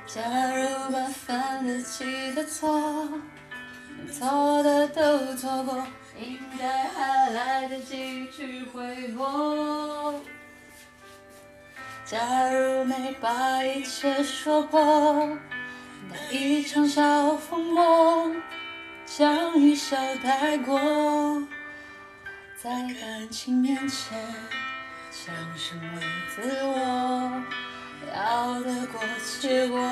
假如把犯得起的错，错的都错过，应该还来得及去挥霍。假如没把一切说破，当一场小风梦，将一笑带过。在感情面前，想什么自我，要得过且过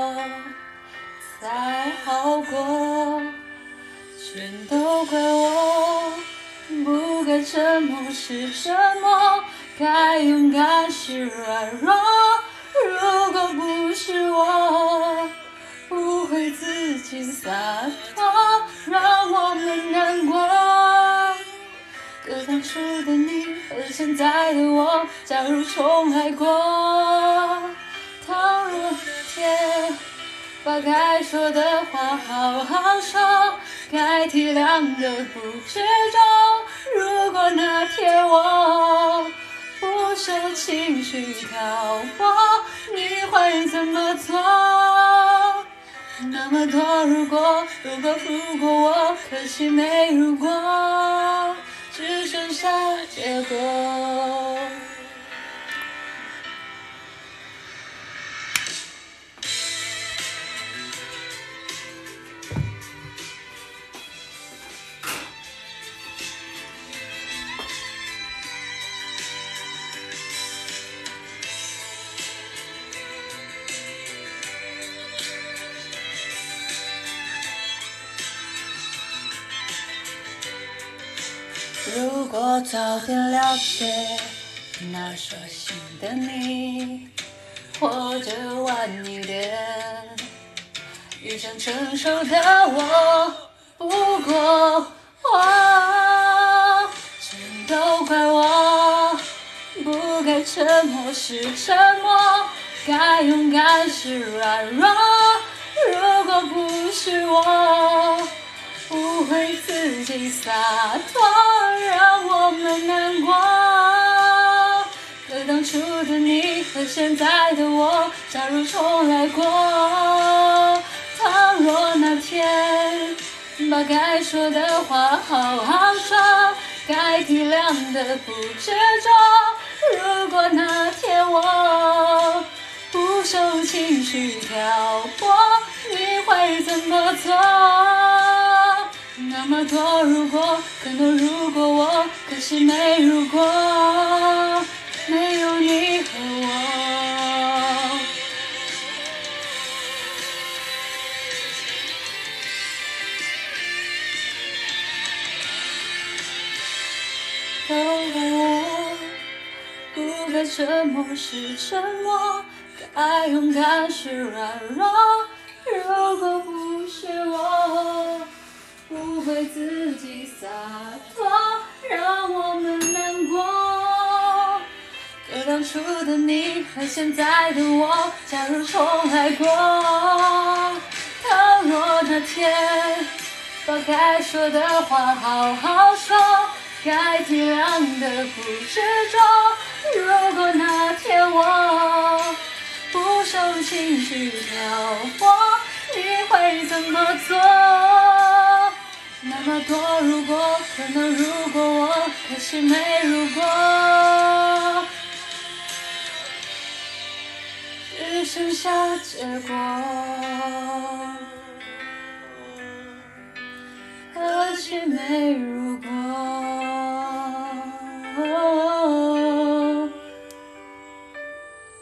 才好过。全都怪我，不该沉默是沉默，该勇敢是软弱。如果不是我，不会自己洒脱，让我们难过。可当初的你和现在的我，假如重来过，倘若那天把该说的话好好说，该体谅的不执着。如果那天我不受情绪挑拨，你会怎么做？那么多如果我，可惜没如果，只剩下结果。如果早点了解那率性的你，或者晚一点遇上成熟的我，不过我全都怪我，不该沉默是沉默，该勇敢是软弱。如果不是我，不会自己洒脱，让我们难过。可当初的你和现在的我，假如重来过，倘若那天把该说的话好好说，该体谅的不执着。如果那天我不受情绪挑拨，你会怎么做？那么多如果，更多如果我，可惜没如果，没有你和我。都怪我，不该沉默是沉默，该勇敢是软弱。如果不是我，不会自己洒脱，让我们难过。可当初的你和现在的我，假如重来过，倘若那天把该说的话好好说，该体谅的不执着。如果那天我不受情绪挑拨，你会怎么做？那么多如果，可能如果我，可惜没如果，只剩下结果。可惜没如果。